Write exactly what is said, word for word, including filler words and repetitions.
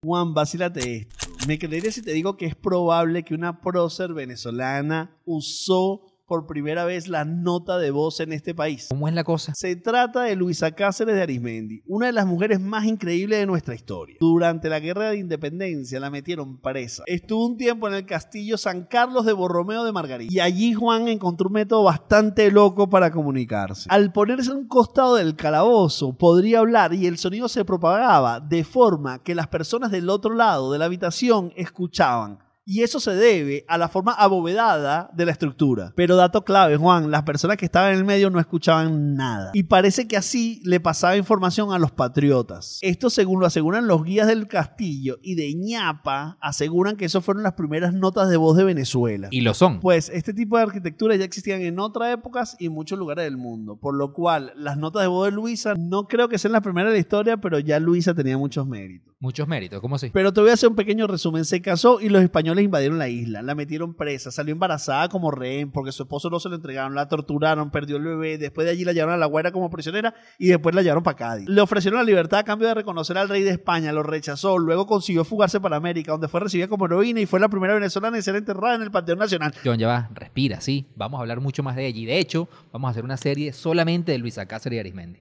Juan, vacílate esto. Me creería si te digo que es probable que una prócer venezolana usó por primera vez la nota de voz en este país. ¿Cómo es la cosa? Se trata de Luisa Cáceres de Arizmendi, una de las mujeres más increíbles de nuestra historia. Durante la Guerra de Independencia la metieron presa. Estuvo un tiempo en el castillo San Carlos de Borromeo de Margarita. Y allí Juan encontró un método bastante loco para comunicarse. Al ponerse a un costado del calabozo, podría hablar y el sonido se propagaba de forma que las personas del otro lado de la habitación escuchaban. Y eso se debe a la forma abovedada de la estructura. Pero dato clave, Juan, las personas que estaban en el medio no escuchaban nada. Y parece que así le pasaba información a los patriotas. Esto según lo aseguran los guías del castillo y de Ñapa, aseguran que esas fueron las primeras notas de voz de Venezuela. Y lo son. Pues este tipo de arquitectura ya existían en otras épocas y en muchos lugares del mundo. Por lo cual, las notas de voz de Luisa no creo que sean las primeras de la historia, pero ya Luisa tenía muchos méritos. Muchos méritos, ¿cómo así? Pero te voy a hacer un pequeño resumen. Se casó y los españoles invadieron la isla, la metieron presa, salió embarazada como rehén porque su esposo no se lo entregaron, la torturaron, perdió el bebé, después de allí la llevaron a La Guaira como prisionera y después la llevaron para Cádiz. Le ofrecieron la libertad a cambio de reconocer al rey de España, lo rechazó, luego consiguió fugarse para América, donde fue recibida como heroína y fue la primera venezolana en ser enterrada en el Panteón Nacional. John, ya va, respira, sí, vamos a hablar mucho más de ella y de hecho vamos a hacer una serie solamente de Luisa Cáceres y Arizmendi.